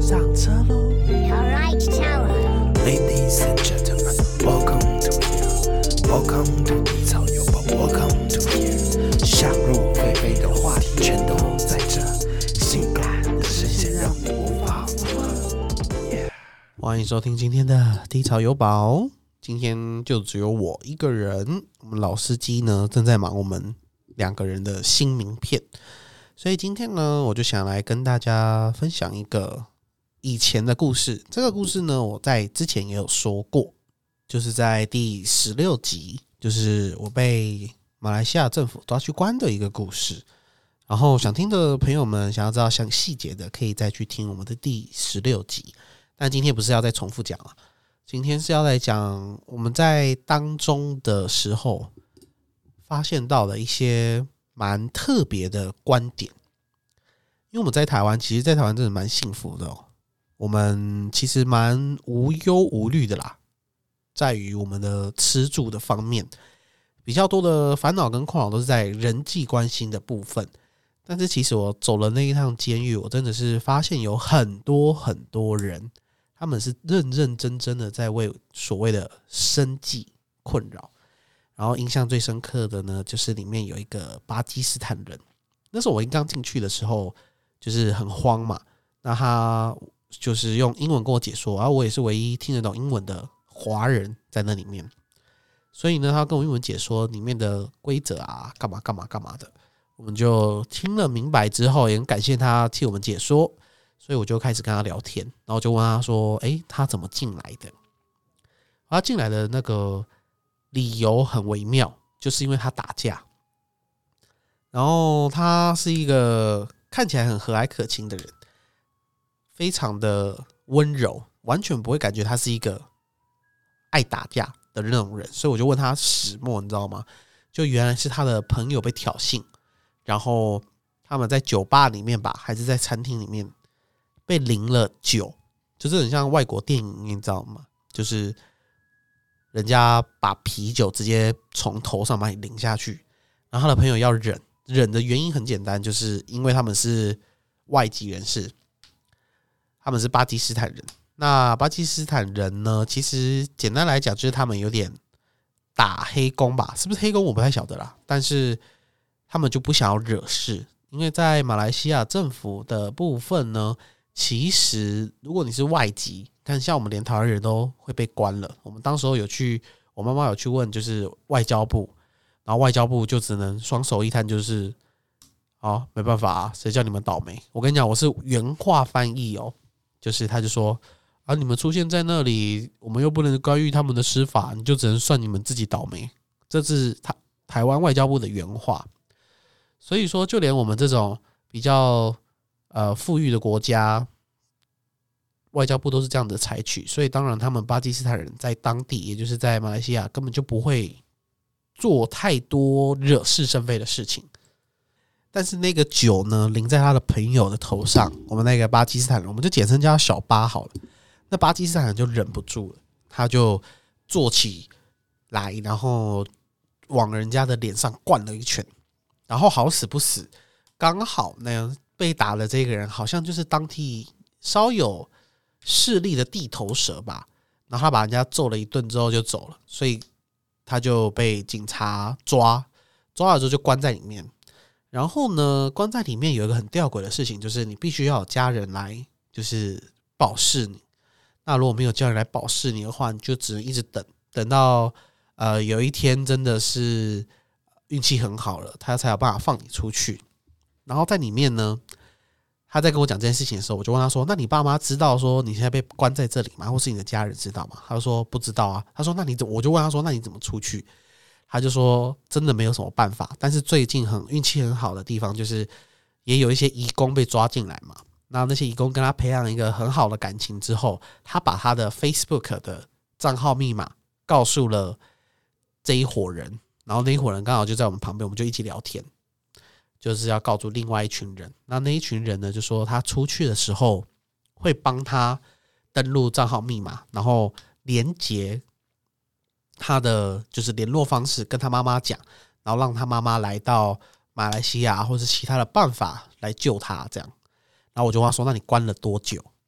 上车喽 Alright, Tower. Ladies and gentlemen, welcome to here. Welcome to 低潮有宝 Welcome to here. 想入非非的话题全都在这，性感的声线让你无法负荷。欢迎收听今天的低潮有宝。今天就只有我一个人，我们老司机呢正在忙我们2个人的新名片，所以今天呢我就想来跟大家分享一个以前的故事。这个故事呢我在之前也有说过，就是在第16集，就是我被马来西亚政府抓去关的一个故事。然后想听的朋友们，想要知道详细节的，可以再去听我们的第16集。但今天不是要再重复讲了，今天是要来讲我们在当中的时候发现到的一些蛮特别的观点。因为我们在台湾，其实在台湾真的蛮幸福的哦，我们其实蛮无忧无虑的啦，在于我们的吃住的方面，比较多的烦恼跟困扰都是在人际关系的部分。但是其实我走了那一趟监狱，我真的是发现有很多很多人，他们是认认真真的在为所谓的生计困扰。然后印象最深刻的呢，就是里面有一个巴基斯坦人。那时候我刚进去的时候就是很慌嘛，那他就是用英文跟我解说，然后我也是唯一听得懂英文的华人在那里面，所以呢他跟我英文解说里面的规则啊，干嘛干嘛干嘛的，我们就听了明白之后，也很感谢他替我们解说，所以我就开始跟他聊天，然后就问他说他怎么进来的。他进来的那个理由很微妙，就是因为他打架，然后他是一个看起来很和蔼可亲的人，非常的温柔，完全不会感觉他是一个爱打架的那种人。所以我就问他始末，你知道吗？就原来是他的朋友被挑衅，然后他们在酒吧里面吧，还是在餐厅里面被淋了酒，就是很像外国电影，你知道吗？就是人家把啤酒直接从头上把你淋下去，然后他的朋友要忍的原因很简单，就是因为他们是外籍人士，他们是巴基斯坦人。那巴基斯坦人呢，其实简单来讲就是他们有点打黑工吧，是不是黑工我不太晓得啦，但是他们就不想要惹事。因为在马来西亚政府的部分呢，其实如果你是外籍，看像我们连台湾人都会被关了。我们当时候我妈妈有去问就是外交部，然后外交部就只能双手一摊，就是没办法啊，谁叫你们倒霉。我跟你讲，我是原话翻译哦，就是他就说你们出现在那里，我们又不能干预他们的司法，你就只能算你们自己倒霉。这是台湾外交部的原话。所以说就连我们这种比较富裕的国家，外交部都是这样的采取，所以当然他们巴基斯坦人在当地，也就是在马来西亚根本就不会做太多惹是生非的事情。但是那个酒呢淋在他的朋友的头上，我们那个巴基斯坦人，我们就简称叫他小巴好了。那巴基斯坦人就忍不住了，他就坐起来，然后往人家的脸上灌了一拳，然后好死不死，刚好那样被打的这个人好像就是当地稍有势力的地头蛇吧，然后他把人家揍了一顿之后就走了，所以他就被警察抓了之后就关在里面。然后呢，关在里面有一个很吊诡的事情，就是你必须要有家人来就是保释你。那如果没有家人来保释你的话，你就只能一直等到有一天真的是运气很好了，他才有办法放你出去。然后在里面呢，他在跟我讲这件事情的时候，我就问他说：“那你爸妈知道说你现在被关在这里吗？或是你的家人知道吗？”他就说不知道啊。他说：“那你怎么？”我就问他说：“那你怎么出去？”他就说：“真的没有什么办法。”但是最近运气很好的地方，就是也有一些移工被抓进来嘛。那些移工跟他培养一个很好的感情之后，他把他的 Facebook 的账号密码告诉了这一伙人，然后那一伙人刚好就在我们旁边，我们就一起聊天，就是要告诉另外一群人。那一群人呢，就说他出去的时候会帮他登录账号密码，然后连结他的就是联络方式跟他妈妈讲，然后让他妈妈来到马来西亚或是其他的办法来救他这样。然后我就问他说：“那你关了多久？”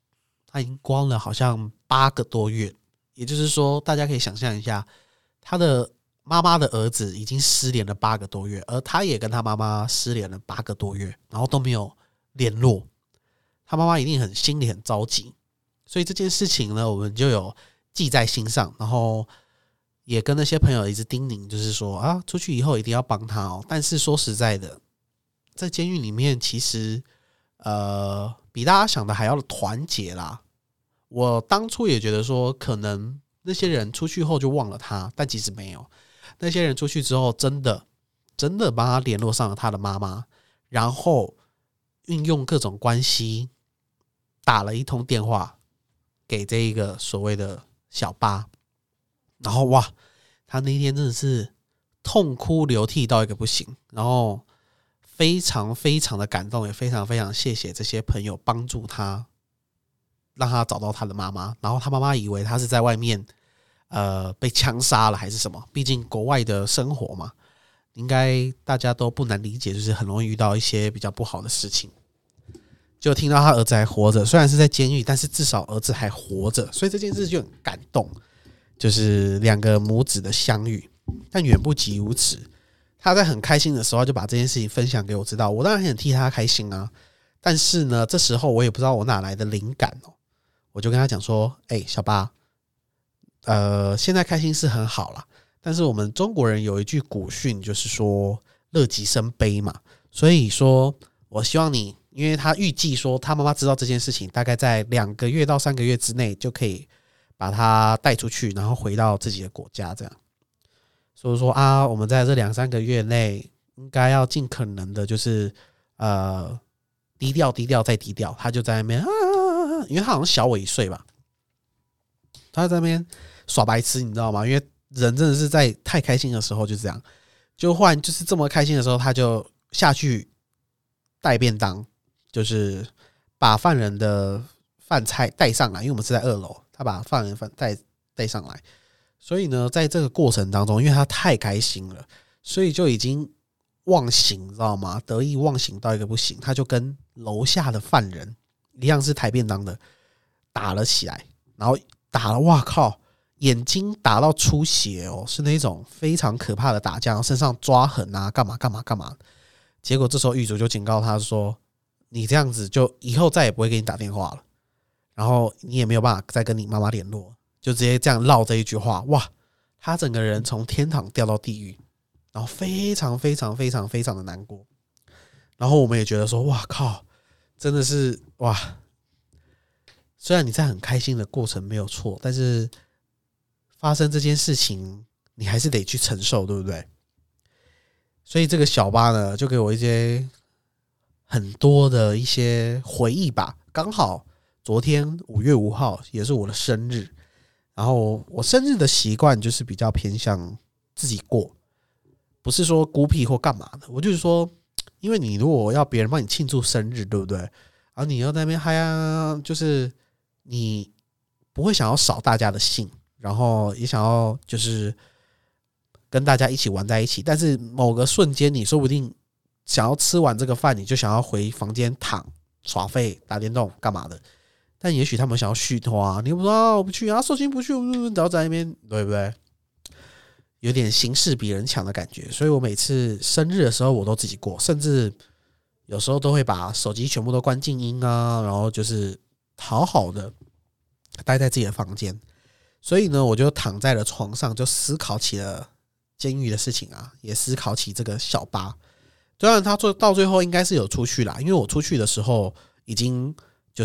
他已经关了好像8个多月，也就是说，大家可以想象一下，他的妈妈的儿子已经失联了8个多月，而他也跟他妈妈失联了8个多月，然后都没有联络，他妈妈一定心里很着急，所以这件事情呢，我们就有记在心上，然后也跟那些朋友一直叮咛，就是说啊，出去以后一定要帮他哦。但是说实在的，在监狱里面，其实比大家想的还要团结啦。我当初也觉得说，可能那些人出去后就忘了他，但其实没有。那些人出去之后，真的帮他联络上了他的妈妈，然后运用各种关系打了一通电话给这一个所谓的小八，然后哇，他那一天真的是痛哭流涕到一个不行，然后非常非常的感动，也非常非常谢谢这些朋友帮助他，让他找到他的妈妈。然后他妈妈以为他是在外面被枪杀了还是什么，毕竟国外的生活嘛，应该大家都不难理解，就是很容易遇到一些比较不好的事情。就听到他儿子还活着，虽然是在监狱，但是至少儿子还活着，所以这件事就很感动，就是2个母子的相遇。但远不及如此，他在很开心的时候就把这件事情分享给我知道，我当然很替他开心啊。但是呢，这时候我也不知道我哪来的灵感哦，我就跟他讲说：“小八，现在开心是很好啦，但是我们中国人有一句古训，就是说乐极生悲嘛。所以说，我希望你，因为他预计说他妈妈知道这件事情，大概在2个月到3个月之内就可以把他带出去，然后回到自己的国家这样。所以说啊，我们在这2-3个月内应该要尽可能的，就是低调再低调。他就在那边因为他好像小我1岁吧，他在那边耍白痴，你知道吗？因为人真的是在太开心的时候就这样，就忽然就是这么开心的时候，他就下去带便当，就是把犯人的饭菜带上来，因为我们是在2楼，他把犯人饭带上来。所以呢，在这个过程当中，因为他太开心了，所以就已经忘形，你知道吗？得意忘形到一个不行，他就跟楼下的犯人一样是抬便当的打了起来，然后打了，哇靠，眼睛打到出血哦，是那种非常可怕的打架，然后身上抓痕啊，干嘛。结果这时候狱卒就警告他说：“你这样子就以后再也不会给你打电话了，然后你也没有办法再跟你妈妈联络。”就直接这样唠这一句话，哇，他整个人从天堂掉到地狱，然后非常非常非常非常的难过。然后我们也觉得说，哇靠，真的是哇！虽然你在很开心的过程没有错，但是发生这件事情，你还是得去承受，对不对？所以这个小八呢，就给我一些很多的一些回忆吧。刚好昨天5月5号也是我的生日。然后我生日的习惯就是比较偏向自己过，不是说孤僻或干嘛的。我就是说，因为你如果要别人帮你庆祝生日，对不对？然后你要在那边嗨啊，就是你不会想要扫大家的兴，然后也想要就是跟大家一起玩在一起。但是某个瞬间，你说不定想要吃完这个饭，你就想要回房间躺耍废、打电动干嘛的。但也许他们想要续托啊，你不知道，我不去啊，寿星不去，然后在那边，对不对？有点形势比人强的感觉，所以我每次生日的时候我都自己过，甚至有时候都会把手机全部都关静音啊，然后就是好好的待在自己的房间。所以呢，我就躺在了床上，就思考起了监狱的事情啊，也思考起这个小八。当然，他到最后应该是有出去啦，因为我出去的时候已经就是。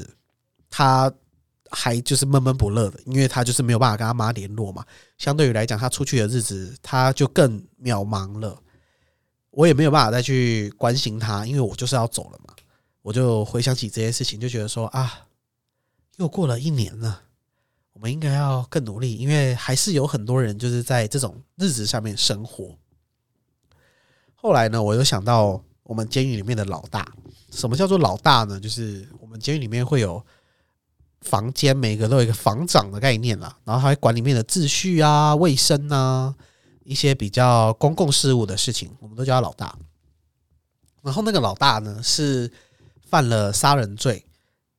他还就是闷闷不乐的，因为他就是没有办法跟他妈联络嘛。相对于来讲，他出去的日子他就更渺茫了。我也没有办法再去关心他，因为我就是要走了嘛。我就回想起这些事情，就觉得说啊，又过了1年了，我们应该要更努力，因为还是有很多人就是在这种日子上面生活。后来呢，我又想到我们监狱里面的老大。什么叫做老大呢？就是我们监狱里面会有房间，每个都有一个房长的概念啦，然后他会管里面的秩序啊、卫生啊，一些比较公共事务的事情，我们都叫他老大。然后那个老大呢是犯了杀人罪，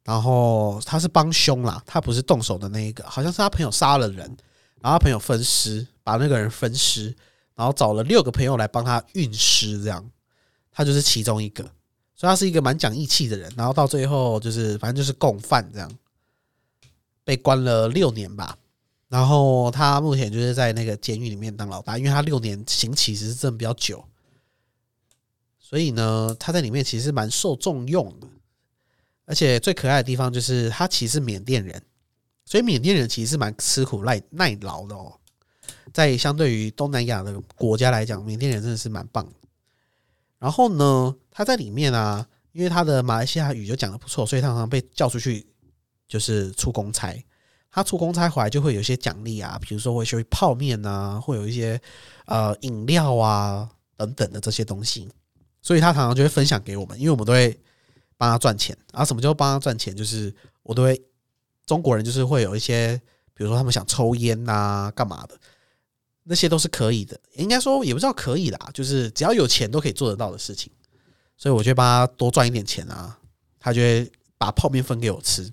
然后他是帮凶啦，他不是动手的那一个，好像是他朋友杀了人，然后他朋友分尸，把那个人分尸，然后找了6个朋友来帮他运尸，这样他就是其中一个，所以他是一个蛮讲义气的人。然后到最后就是反正就是共犯这样，被关了6年吧。然后他目前就是在那个监狱里面当老大，因为他6年刑期其实真的比较久，所以呢他在里面其实蛮受重用的。而且最可爱的地方就是他其实是缅甸人，所以缅甸人其实是蛮吃苦耐劳的哦。在相对于东南亚的国家来讲，缅甸人真的是蛮棒的。然后呢他在里面啊，因为他的马来西亚语就讲得不错，所以他常常被叫出去就是出公差。他出公差回来就会有一些奖励啊，比如说会去泡面啊，会有一些饮料啊等等的这些东西，所以他常常就会分享给我们，因为我们都会帮他赚钱。然后什么叫帮他赚钱？就是我都会中国人就是会有一些，比如说他们想抽烟啊干嘛的，那些都是可以的，应该说也不知道可以啦，就是只要有钱都可以做得到的事情。所以我就会帮他多赚一点钱啊，他就会把泡面分给我吃。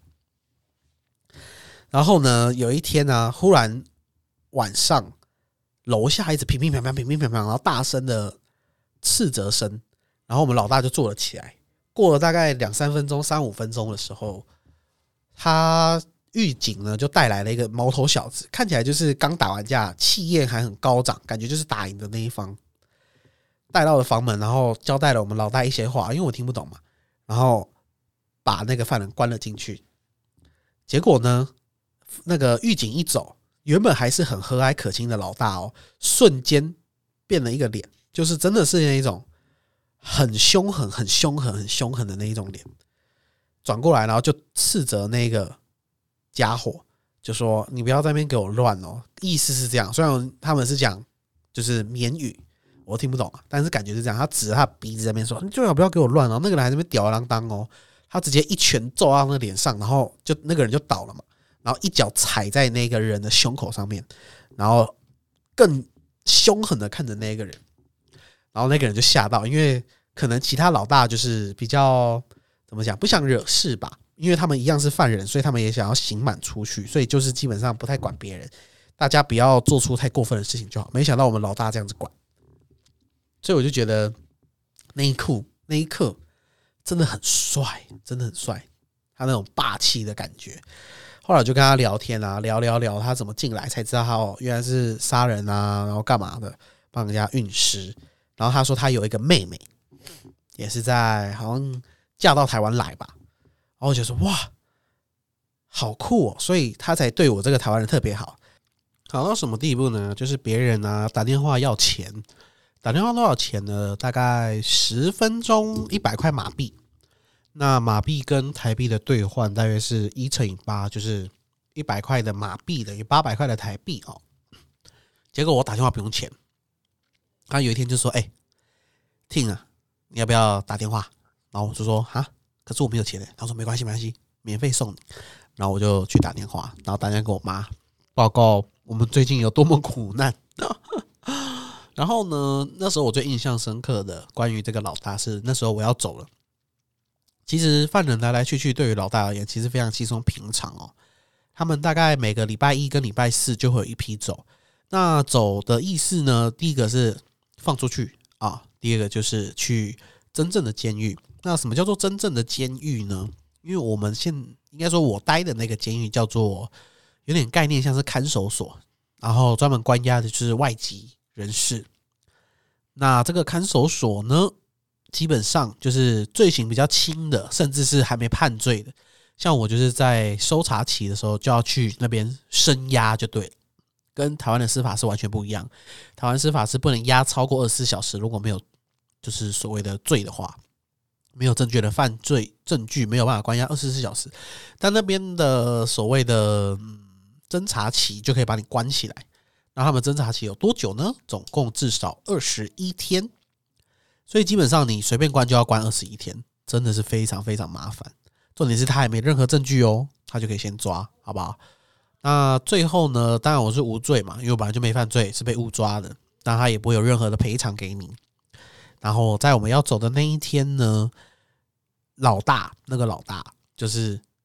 然后呢，有一天呢，忽然晚上楼下一直乒乒乓乓乒乒乓乓，然后大声的斥责声，然后我们老大就坐了起来。过了大概2-3分钟、3-5分钟的时候，他狱警呢就带来了一个毛头小子，看起来就是刚打完架，气焰还很高涨，感觉就是打赢的那一方。带到了房门，然后交代了我们老大一些话，因为我听不懂嘛，然后把那个犯人关了进去。结果呢，那个狱警一走，原本还是很和蔼可亲的老大哦，瞬间变了一个脸，就是真的是那一种很凶狠、很凶狠、很凶狠的那一种脸，转过来，然后就斥责那个家伙，就说：“你不要在那边给我乱哦。”意思是这样，虽然他们是讲就是缅语，我听不懂啊，但是感觉是这样。他指着他鼻子在那边说：“你最好不要给我乱哦。”那个人还在那边吊儿郎当哦，他直接一拳揍到那个脸上，然后就那个人就倒了嘛。然后一脚踩在那个人的胸口上面，然后更凶狠的看着那个人，然后那个人就吓到，因为可能其他老大就是比较怎么讲，不想惹事吧，因为他们一样是犯人，所以他们也想要刑满出去，所以就是基本上不太管别人，大家不要做出太过分的事情就好。没想到我们老大这样子管，所以我就觉得那一刻真的很帅，真的很帅，他那种霸气的感觉。后来就跟他聊天啊，聊他怎么进来，才知道他原来是杀人啊，然后干嘛的，帮人家运尸。然后他说他有一个妹妹，也是在好像嫁到台湾来吧。然后我就说哇，好酷哦！所以他才对我这个台湾人特别好。好到什么地步呢？就是别人啊打电话要钱，打电话多少钱呢？大概10分钟100块马币。那马币跟台币的兑换大约是1×8，就是100块的马币等于800块的台币哦。结果我打电话不用钱，他有一天就说：“Ting 啊，你要不要打电话？”然后我就说：“哈，可是我没有钱的。”他说：“没关系，免费送你。”然后我就去打电话，然后打电话给我妈报告我们最近有多么苦难。然后呢，那时候我最印象深刻的关于这个老大是那时候我要走了。其实犯人来来去去对于老大而言其实非常稀松平常哦。他们大概每个礼拜1跟礼拜4就会有一批走。那走的意思呢，第一个是放出去啊，第二个就是去真正的监狱。那什么叫做真正的监狱呢？因为我们应该说我待的那个监狱叫做有点概念像是看守所，然后专门关押的就是外籍人士。那这个看守所呢，基本上就是罪行比较轻的，甚至是还没判罪的，像我就是在搜查期的时候就要去那边声押就对了，跟台湾的司法是完全不一样。台湾司法是不能押超过24小时，如果没有就是所谓的罪的话，没有正确的犯罪证据，没有办法关押24小时。但那边的所谓的侦查期就可以把你关起来。那他们侦查期有多久呢？总共至少21天。所以基本上你随便关就要关21天，真的是非常非常麻烦。重点是他还没任何证据哦，他就可以先抓，好不好？那最后呢，当然我是无罪嘛，因为我本来就没犯罪，是被误抓的，那他也不会有任何的赔偿给你。然后在我们要走的那一天呢，那个老大就是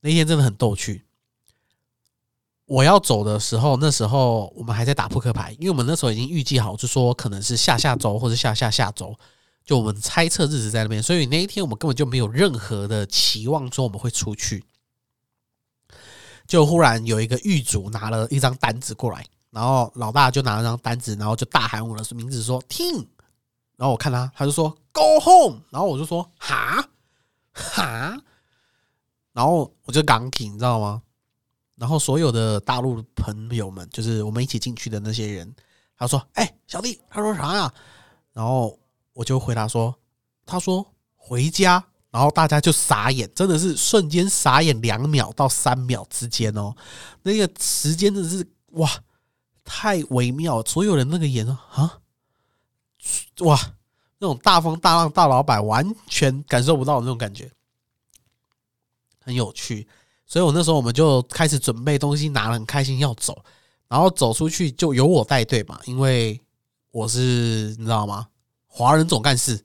那天真的很逗趣。我要走的时候，那时候我们还在打扑克牌，因为我们那时候已经预计好，就说可能是下周或者下周，就我们猜测日子在那边，所以那一天我们根本就没有任何的期望说我们会出去。就忽然有一个狱卒拿了一张单子过来，然后老大就拿了张单子，然后就大喊我的名字说听，然后我看他就说 Go home， 然后我就说哈，然后我就港起，你知道吗？然后所有的大陆朋友们，就是我们一起进去的那些人，他说：“小弟，他说啥呀？”然后我就回答说：“他说回家。”然后大家就傻眼，真的是瞬间傻眼2秒到3秒之间哦，那个时间真的是哇，太微妙，所有人那个眼啊，哇，那种大风大浪大老板完全感受不到的那种感觉，很有趣。所以我那时候我们就开始准备东西，拿了很开心要走，然后走出去就由我带队嘛，因为我是你知道吗？华人总干事，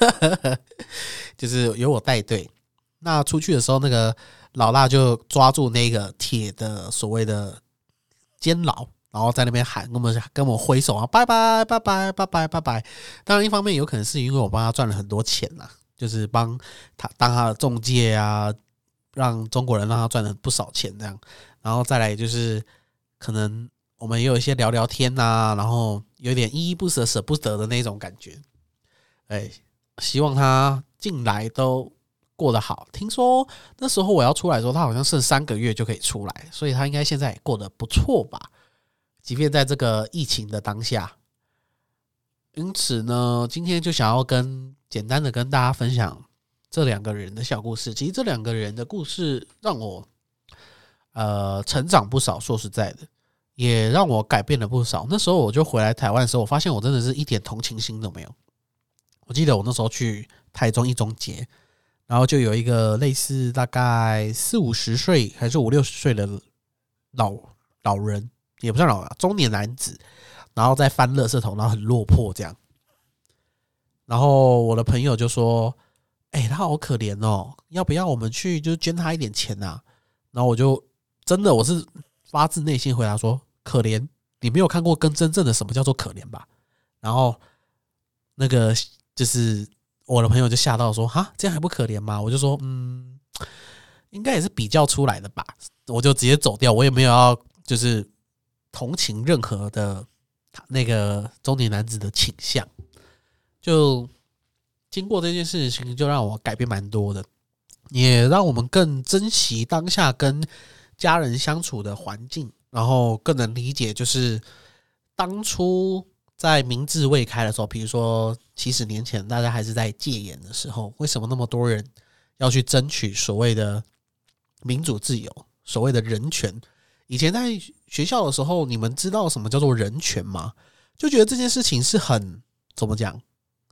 就是由我带队。那出去的时候，那个老大就抓住那个铁的所谓的监牢，然后在那边喊，跟我们挥手啊，拜拜拜拜拜拜拜拜。当然，一方面有可能是因为我帮他赚了很多钱啦，就是帮他当他的中介啊。让中国人让他赚了不少钱这样，然后再来就是可能我们也有一些聊聊天啊，然后有点依依不舍舍不得的那种感觉。希望他进来都过得好。听说那时候我要出来的时候，他好像剩3个月就可以出来，所以他应该现在也过得不错吧，即便在这个疫情的当下。因此呢，今天就想要简单的跟大家分享这2个人的小故事。其实这2个人的故事让我成长不少，说实在的也让我改变了不少。那时候我就回来台湾的时候，我发现我真的是一点同情心都没有。我记得我那时候去台中一中街，然后就有一个类似大概40-50岁还是50-60岁的老人，也不算老人，中年男子，然后在翻垃圾桶，然后很落魄这样。然后我的朋友就说他好可怜哦，要不要我们去就捐他一点钱啊？然后我就真的我是发自内心回答说可怜，你没有看过真正的什么叫做可怜吧？然后那个就是我的朋友就吓到说哈，这样还不可怜吗？我就说应该也是比较出来的吧，我就直接走掉，我也没有要就是同情任何的那个中年男子的倾向。就经过这件事情，就让我改变蛮多的，也让我们更珍惜当下跟家人相处的环境，然后更能理解，就是当初在民智未开的时候，比如说70年前大家还是在戒严的时候，为什么那么多人要去争取所谓的民主自由，所谓的人权？以前在学校的时候，你们知道什么叫做人权吗？就觉得这件事情是很怎么讲？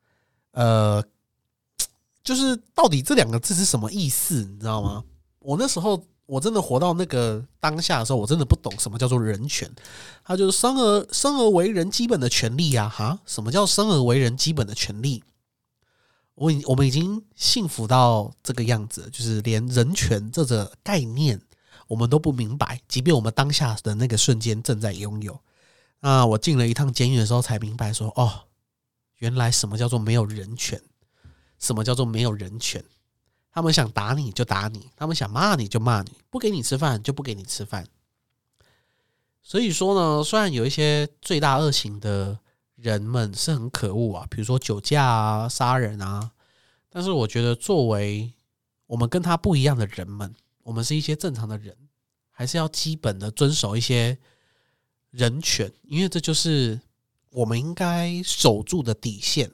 就是到底这2个字是什么意思，你知道吗？我那时候我真的活到那个当下的时候，我真的不懂什么叫做人权。它就是生而为人基本的权利啊！哈，什么叫生而为人基本的权利？我们已经幸福到这个样子，就是连人权这个概念我们都不明白，即便我们当下的那个瞬间正在拥有。那我进了一趟监狱的时候才明白说，原来什么叫做没有人权，什么叫做没有人权。他们想打你就打你，他们想骂你就骂你，不给你吃饭就不给你吃饭。所以说呢，虽然有一些罪大恶行的人们是很可恶啊，比如说酒驾啊、杀人啊，但是我觉得作为我们跟他不一样的人们，我们是一些正常的人，还是要基本的遵守一些人权，因为这就是我们应该守住的底线，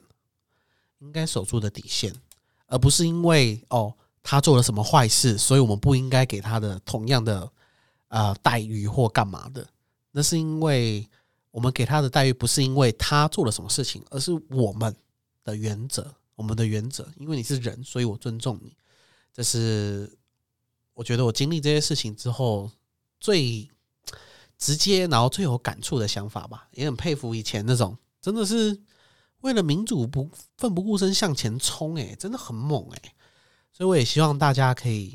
而不是因为他做了什么坏事，所以我们不应该给他的同样的待遇或干嘛的。那是因为我们给他的待遇不是因为他做了什么事情，而是我们的原则，因为你是人，所以我尊重你。这是我觉得我经历这些事情之后最直接然后最有感触的想法吧。也很佩服以前那种真的是为了民主奋不顾身向前冲，真的很猛。所以我也希望大家可以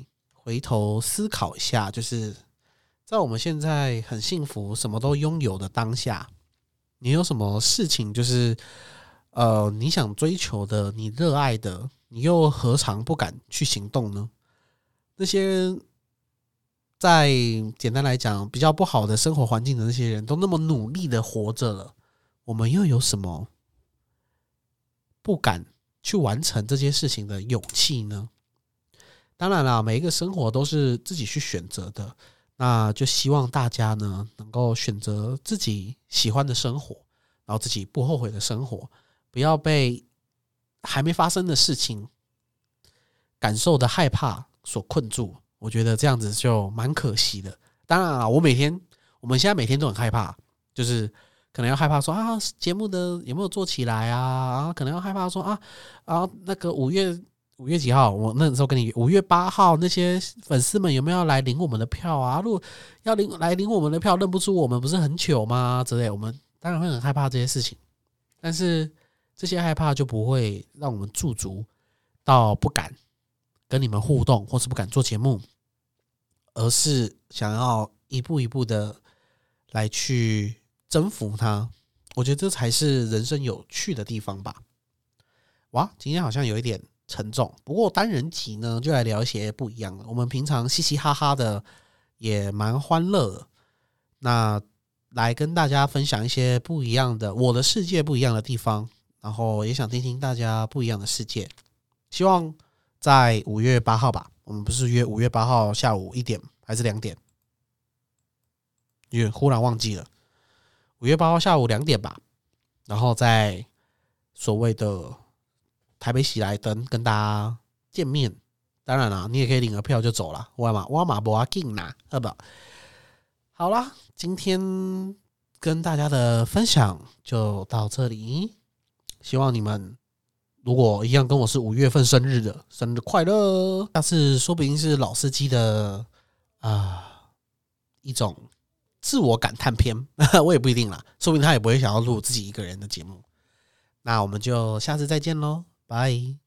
回头思考一下，就是在我们现在很幸福、什么都拥有的当下，你有什么事情就是你想追求的、你热爱的，你又何尝不敢去行动呢？那些在简单来讲比较不好的生活环境的那些人都那么努力的活着了，我们又有什么不敢去完成这些事情的勇气呢？当然啦，每一个生活都是自己去选择的，那就希望大家呢能够选择自己喜欢的生活，然后自己不后悔的生活，不要被还没发生的事情感受的害怕所困住。我觉得这样子就蛮可惜的。当然啦，我们现在每天都很害怕，就是可能要害怕说啊，节目的有没有做起来啊？可能要害怕说那个5月几号？我那时候跟你5月8号那些粉丝们有没有要来领我们的票啊？如果要来领我们的票，认不出我们不是很糗吗？之类，我们当然会很害怕这些事情，但是这些害怕就不会让我们驻足到不敢跟你们互动，或是不敢做节目，而是想要一步一步的来去征服它。我觉得这才是人生有趣的地方吧。哇，今天好像有一点沉重，不过单人集呢，就来聊一些不一样的。我们平常嘻嘻哈哈的，也蛮欢乐的。那来跟大家分享一些不一样的我的世界不一样的地方，然后也想听听大家不一样的世界。希望在5月8号吧，我们不是约5月8号下午1点还是2点？因为忽然忘记了，5月8号下午2点吧。然后在所谓的台北喜来登跟大家见面。当然啦，你也可以领个票就走了，我嘛不要紧啦，好不好？好啦，今天跟大家的分享就到这里。希望你们如果一样跟我是5月份生日的，生日快乐！下次说不定是老司机的一种自我感叹篇，我也不一定啦，说不定他也不会想要录自己一个人的节目。那我们就下次再见咯，拜。